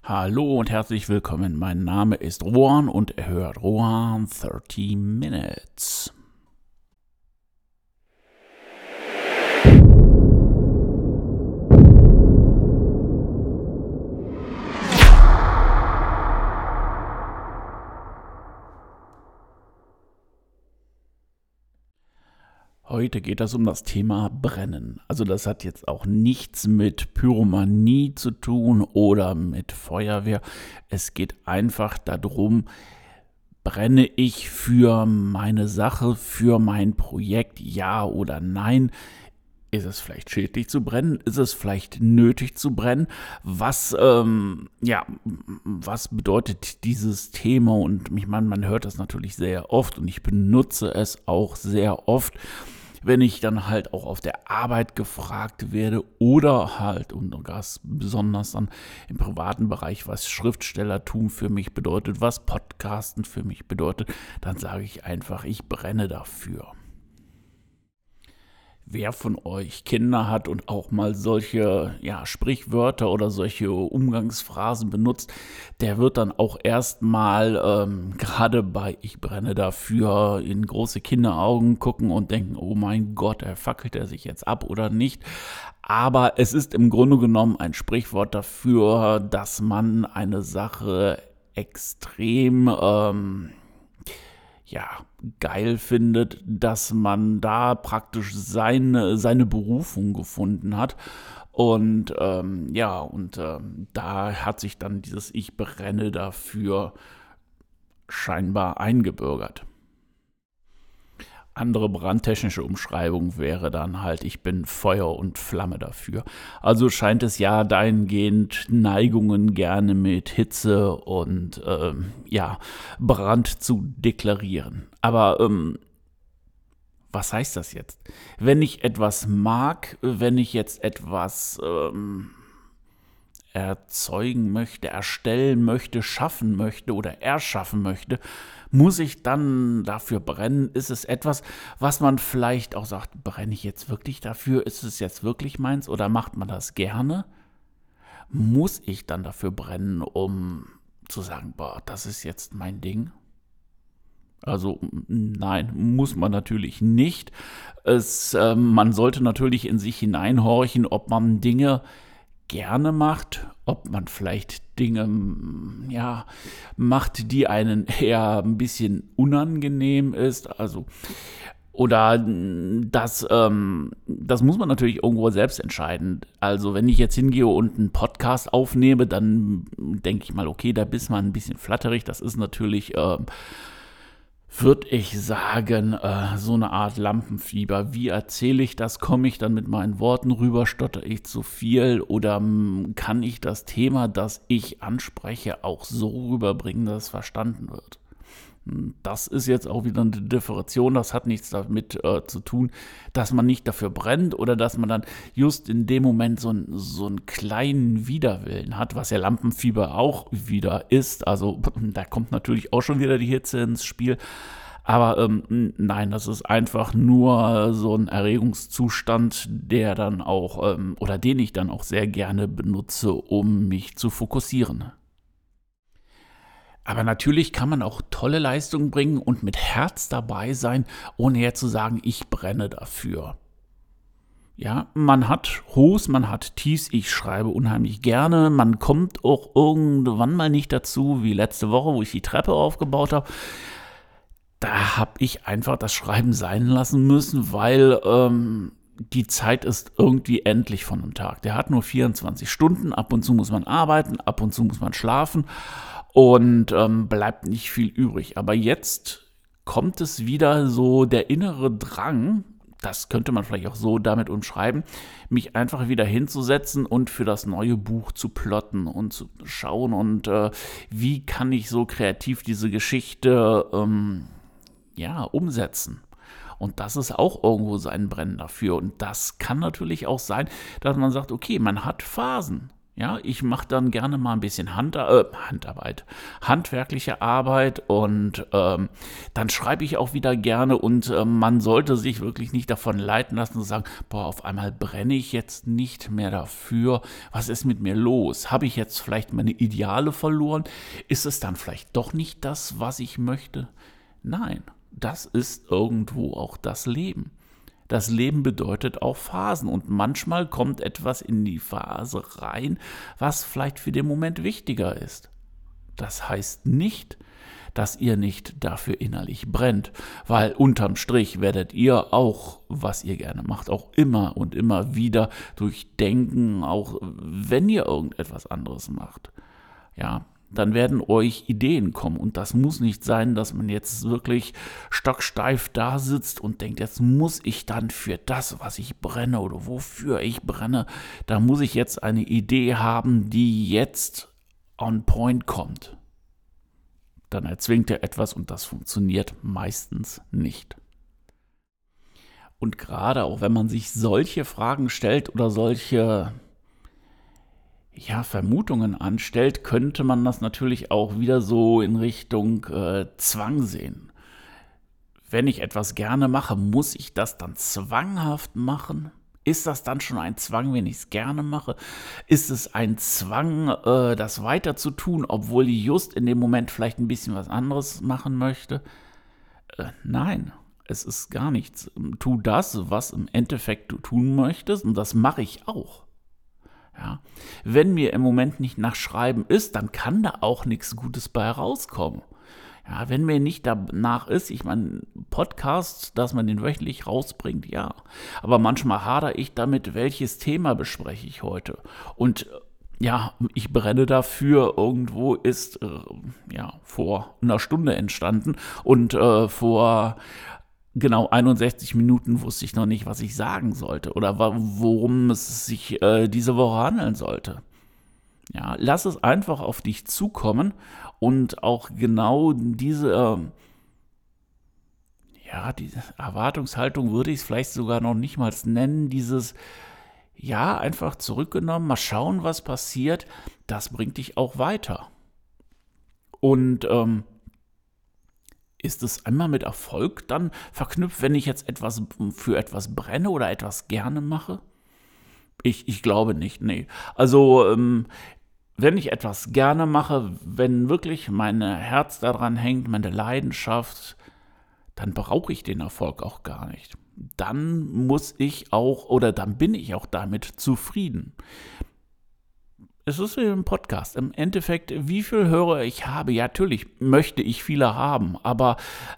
Hallo und herzlich willkommen. Mein Name ist Rohan und ihr hört Rohan 30 Minutes. Heute geht es um das Thema Brennen. Also das hat jetzt auch nichts mit Pyromanie zu tun oder mit Feuerwehr. Es geht einfach darum, brenne ich für meine Sache, für mein Projekt, ja oder nein? Ist es vielleicht schädlich zu brennen? Ist es vielleicht nötig zu brennen? Was bedeutet dieses Thema? Und ich meine, man hört das natürlich sehr oft und ich benutze es auch sehr oft, wenn ich dann halt auch auf der Arbeit gefragt werde oder halt und ganz besonders dann im privaten Bereich, was Schriftstellertum für mich bedeutet, was Podcasten für mich bedeutet, dann sage ich einfach, ich brenne dafür. Wer von euch Kinder hat und auch mal solche Sprichwörter oder solche Umgangsphrasen benutzt, der wird dann auch erstmal gerade bei Ich brenne dafür in große Kinderaugen gucken und denken, oh mein Gott, fackelt er sich jetzt ab oder nicht? Aber es ist im Grunde genommen ein Sprichwort dafür, dass man eine Sache extrem geil findet, dass man da praktisch seine Berufung gefunden hat. Und da hat sich dann dieses Ich brenne dafür scheinbar eingebürgert. Andere brandtechnische Umschreibung wäre dann halt, ich bin Feuer und Flamme dafür. Also scheint es ja dahingehend Neigungen gerne mit Hitze und Brand zu deklarieren. Aber was heißt das jetzt? Wenn ich etwas mag, wenn ich jetzt etwas erzeugen möchte, erstellen möchte, schaffen möchte oder erschaffen möchte, muss ich dann dafür brennen? Ist es etwas, was man vielleicht auch sagt, brenne ich jetzt wirklich dafür? Ist es jetzt wirklich meins oder macht man das gerne? Muss ich dann dafür brennen, um zu sagen, boah, das ist jetzt mein Ding? Also nein, muss man natürlich nicht. Man sollte natürlich in sich hineinhorchen, ob man Dinge gerne macht, ob man vielleicht Dinge macht, die einen eher ein bisschen unangenehm ist, oder das muss man natürlich irgendwo selbst entscheiden. Also wenn ich jetzt hingehe und einen Podcast aufnehme, dann denke ich mal, okay, da bist man ein bisschen flatterig, das ist natürlich würde ich sagen, so eine Art Lampenfieber. Wie erzähle ich das? Komme ich dann mit meinen Worten rüber? Stotter ich zu viel? Oder kann ich das Thema, das ich anspreche, auch so rüberbringen, dass es verstanden wird? Das ist jetzt auch wieder eine Differenzierung, das hat nichts damit zu tun, dass man nicht dafür brennt oder dass man dann just in dem Moment so einen kleinen Widerwillen hat, was ja Lampenfieber auch wieder ist. Also da kommt natürlich auch schon wieder die Hitze ins Spiel. Aber nein, das ist einfach nur so ein Erregungszustand, der dann auch, oder den ich dann auch sehr gerne benutze, um mich zu fokussieren. Aber natürlich kann man auch tolle Leistungen bringen und mit Herz dabei sein, ohne jetzt zu sagen, ich brenne dafür. Ja, man hat Hochs, man hat Tiefs, ich schreibe unheimlich gerne, man kommt auch irgendwann mal nicht dazu, wie letzte Woche, wo ich die Treppe aufgebaut habe. Da habe ich einfach das Schreiben sein lassen müssen, weil die Zeit ist irgendwie endlich von einem Tag. Der hat nur 24 Stunden, ab und zu muss man arbeiten, ab und zu muss man schlafen. Und bleibt nicht viel übrig. Aber jetzt kommt es wieder so der innere Drang, das könnte man vielleicht auch so damit umschreiben, mich einfach wieder hinzusetzen und für das neue Buch zu plotten und zu schauen und wie kann ich so kreativ diese Geschichte umsetzen. Und das ist auch irgendwo sein Brennen dafür. Und das kann natürlich auch sein, dass man sagt, okay, man hat Phasen. Ja, ich mache dann gerne mal ein bisschen Handarbeit, handwerkliche Arbeit und dann schreibe ich auch wieder gerne und man sollte sich wirklich nicht davon leiten lassen und sagen, boah, auf einmal brenne ich jetzt nicht mehr dafür. Was ist mit mir los? Habe ich jetzt vielleicht meine Ideale verloren? Ist es dann vielleicht doch nicht das, was ich möchte? Nein, das ist irgendwo auch das Leben. Das Leben bedeutet auch Phasen und manchmal kommt etwas in die Phase rein, was vielleicht für den Moment wichtiger ist. Das heißt nicht, dass ihr nicht dafür innerlich brennt, weil unterm Strich werdet ihr auch, was ihr gerne macht, auch immer und immer wieder durchdenken, auch wenn ihr irgendetwas anderes macht. Ja, dann werden euch Ideen kommen. Und das muss nicht sein, dass man jetzt wirklich stocksteif da sitzt und denkt, jetzt muss ich dann für das, was ich brenne oder wofür ich brenne, da muss ich jetzt eine Idee haben, die jetzt on point kommt. Dann erzwingt er etwas und das funktioniert meistens nicht. Und gerade auch wenn man sich solche Fragen stellt oder solche Vermutungen anstellt, könnte man das natürlich auch wieder so in Richtung Zwang sehen. Wenn ich etwas gerne mache, muss ich das dann zwanghaft machen? Ist das dann schon ein Zwang, wenn ich es gerne mache? Ist es ein Zwang, das weiter zu tun, obwohl ich just in dem Moment vielleicht ein bisschen was anderes machen möchte? Nein, es ist gar nichts. Tu das, was im Endeffekt du tun möchtest, und das mache ich auch. Ja. Wenn mir im Moment nicht nach Schreiben ist, dann kann da auch nichts Gutes bei rauskommen. Ja, wenn mir nicht danach ist, ich meine, Podcast, dass man den wöchentlich rausbringt, ja. Aber manchmal hadere ich damit, welches Thema bespreche ich heute. Und ich brenne dafür, irgendwo ist vor einer Stunde entstanden und vor genau 61 Minuten wusste ich noch nicht, was ich sagen sollte oder worum es sich diese Woche handeln sollte. Ja, lass es einfach auf dich zukommen und auch genau diese Erwartungshaltung würde ich es vielleicht sogar noch nicht mal nennen, einfach zurückgenommen, mal schauen, was passiert, das bringt dich auch weiter. Und ist es einmal mit Erfolg dann verknüpft, wenn ich jetzt für etwas brenne oder etwas gerne mache? Ich glaube nicht, nee. Also, wenn ich etwas gerne mache, wenn wirklich mein Herz daran hängt, meine Leidenschaft, dann brauche ich den Erfolg auch gar nicht. Dann dann bin ich auch damit zufrieden. Es ist wie im Podcast. Im Endeffekt, wie viel Hörer ich habe, ja, natürlich möchte ich viele haben, aber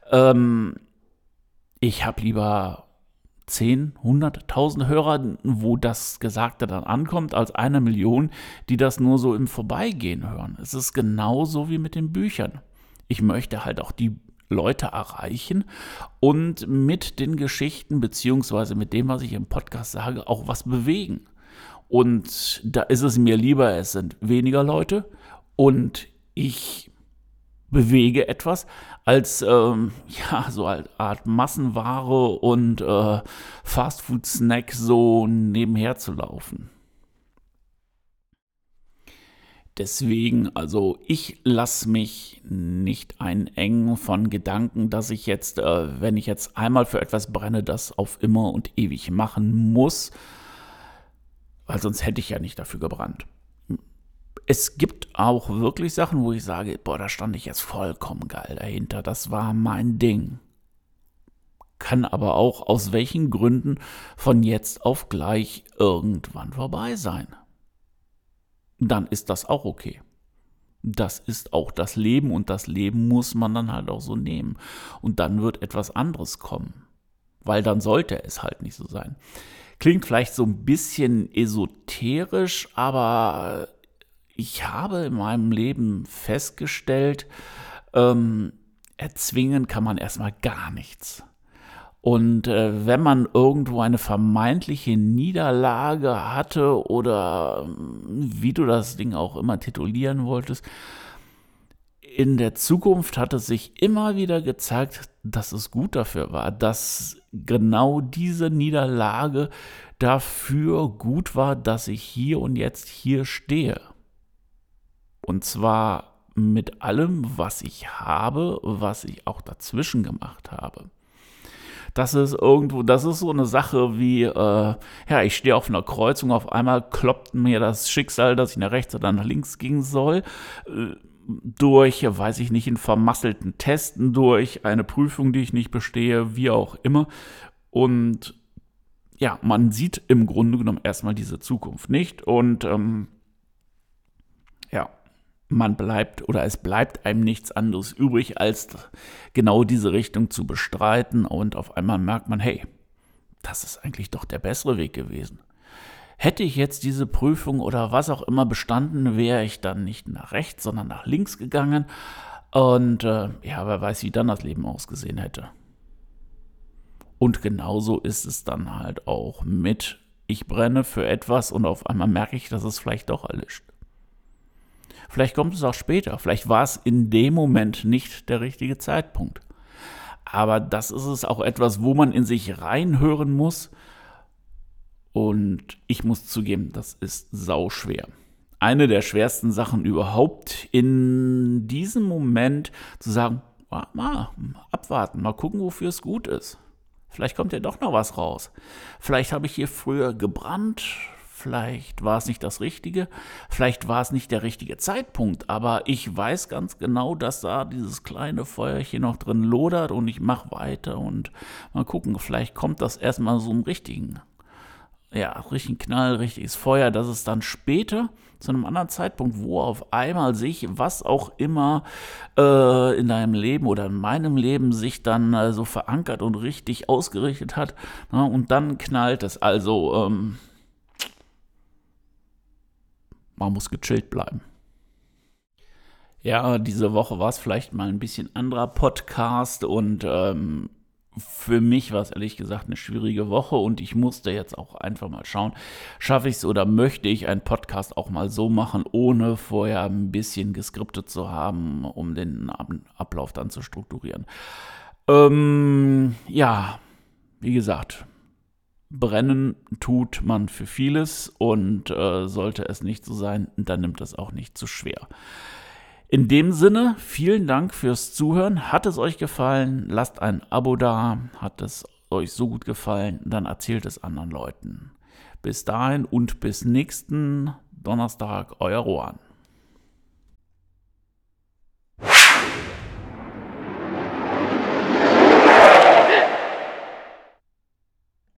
ich habe lieber 10, 100.000 Hörer, wo das Gesagte dann ankommt, als 1 Million, die das nur so im Vorbeigehen hören. Es ist genauso wie mit den Büchern. Ich möchte halt auch die Leute erreichen und mit den Geschichten beziehungsweise mit dem, was ich im Podcast sage, auch was bewegen. Und da ist es mir lieber, es sind weniger Leute und ich bewege etwas, als so eine Art Massenware und Fastfood-Snack so nebenher zu laufen. Deswegen, also ich lasse mich nicht einengen von Gedanken, dass ich jetzt, wenn ich jetzt einmal für etwas brenne, das auf immer und ewig machen muss, weil sonst hätte ich ja nicht dafür gebrannt. Es gibt auch wirklich Sachen, wo ich sage, boah, da stand ich jetzt vollkommen geil dahinter, das war mein Ding. Kann aber auch aus welchen Gründen von jetzt auf gleich irgendwann vorbei sein. Dann ist das auch okay. Das ist auch das Leben und das Leben muss man dann halt auch so nehmen. Und dann wird etwas anderes kommen, weil dann sollte es halt nicht so sein. Klingt vielleicht so ein bisschen esoterisch, aber ich habe in meinem Leben festgestellt, erzwingen kann man erstmal gar nichts. Und wenn man irgendwo eine vermeintliche Niederlage hatte oder wie du das Ding auch immer titulieren wolltest, in der Zukunft hat es sich immer wieder gezeigt, dass es gut dafür war, dass genau diese Niederlage dafür gut war, dass ich hier und jetzt hier stehe. Und zwar mit allem, was ich habe, was ich auch dazwischen gemacht habe. Das ist so eine Sache wie, ich stehe auf einer Kreuzung, auf einmal kloppt mir das Schicksal, dass ich nach rechts oder nach links gehen soll, durch, weiß ich nicht, einen vermasselten Testen, durch eine Prüfung, die ich nicht bestehe, wie auch immer. Und ja, man sieht im Grunde genommen erstmal diese Zukunft nicht und es bleibt einem nichts anderes übrig, als genau diese Richtung zu bestreiten und auf einmal merkt man, hey, das ist eigentlich doch der bessere Weg gewesen. Hätte ich jetzt diese Prüfung oder was auch immer bestanden, wäre ich dann nicht nach rechts, sondern nach links gegangen und wer weiß, wie dann das Leben ausgesehen hätte. Und genauso ist es dann halt auch mit, ich brenne für etwas und auf einmal merke ich, dass es vielleicht doch erlischt. Vielleicht kommt es auch später, vielleicht war es in dem Moment nicht der richtige Zeitpunkt. Aber das ist es auch etwas, wo man in sich reinhören muss. Und ich muss zugeben, das ist sauschwer. Eine der schwersten Sachen überhaupt in diesem Moment zu sagen, mal abwarten, mal gucken, wofür es gut ist. Vielleicht kommt ja doch noch was raus. Vielleicht habe ich hier früher gebrannt, vielleicht war es nicht das Richtige, vielleicht war es nicht der richtige Zeitpunkt, aber ich weiß ganz genau, dass da dieses kleine Feuerchen noch drin lodert und ich mache weiter und mal gucken, vielleicht kommt das erstmal so im richtigen Knall, richtiges Feuer, dass es dann später zu einem anderen Zeitpunkt, wo auf einmal sich, was auch immer in deinem Leben oder in meinem Leben sich dann so verankert und richtig ausgerichtet hat, und dann knallt es. Also man muss gechillt bleiben. Ja, diese Woche war es vielleicht mal ein bisschen anderer Podcast und für mich war es ehrlich gesagt eine schwierige Woche und ich musste jetzt auch einfach mal schauen, schaffe ich es oder möchte ich einen Podcast auch mal so machen, ohne vorher ein bisschen geskriptet zu haben, um den Ablauf dann zu strukturieren. Wie gesagt, brennen tut man für vieles und sollte es nicht so sein, dann nimmt es auch nicht zu schwer. In dem Sinne, vielen Dank fürs Zuhören. Hat es euch gefallen? Lasst ein Abo da. Hat es euch so gut gefallen? Dann erzählt es anderen Leuten. Bis dahin und bis nächsten Donnerstag, euer Rohan.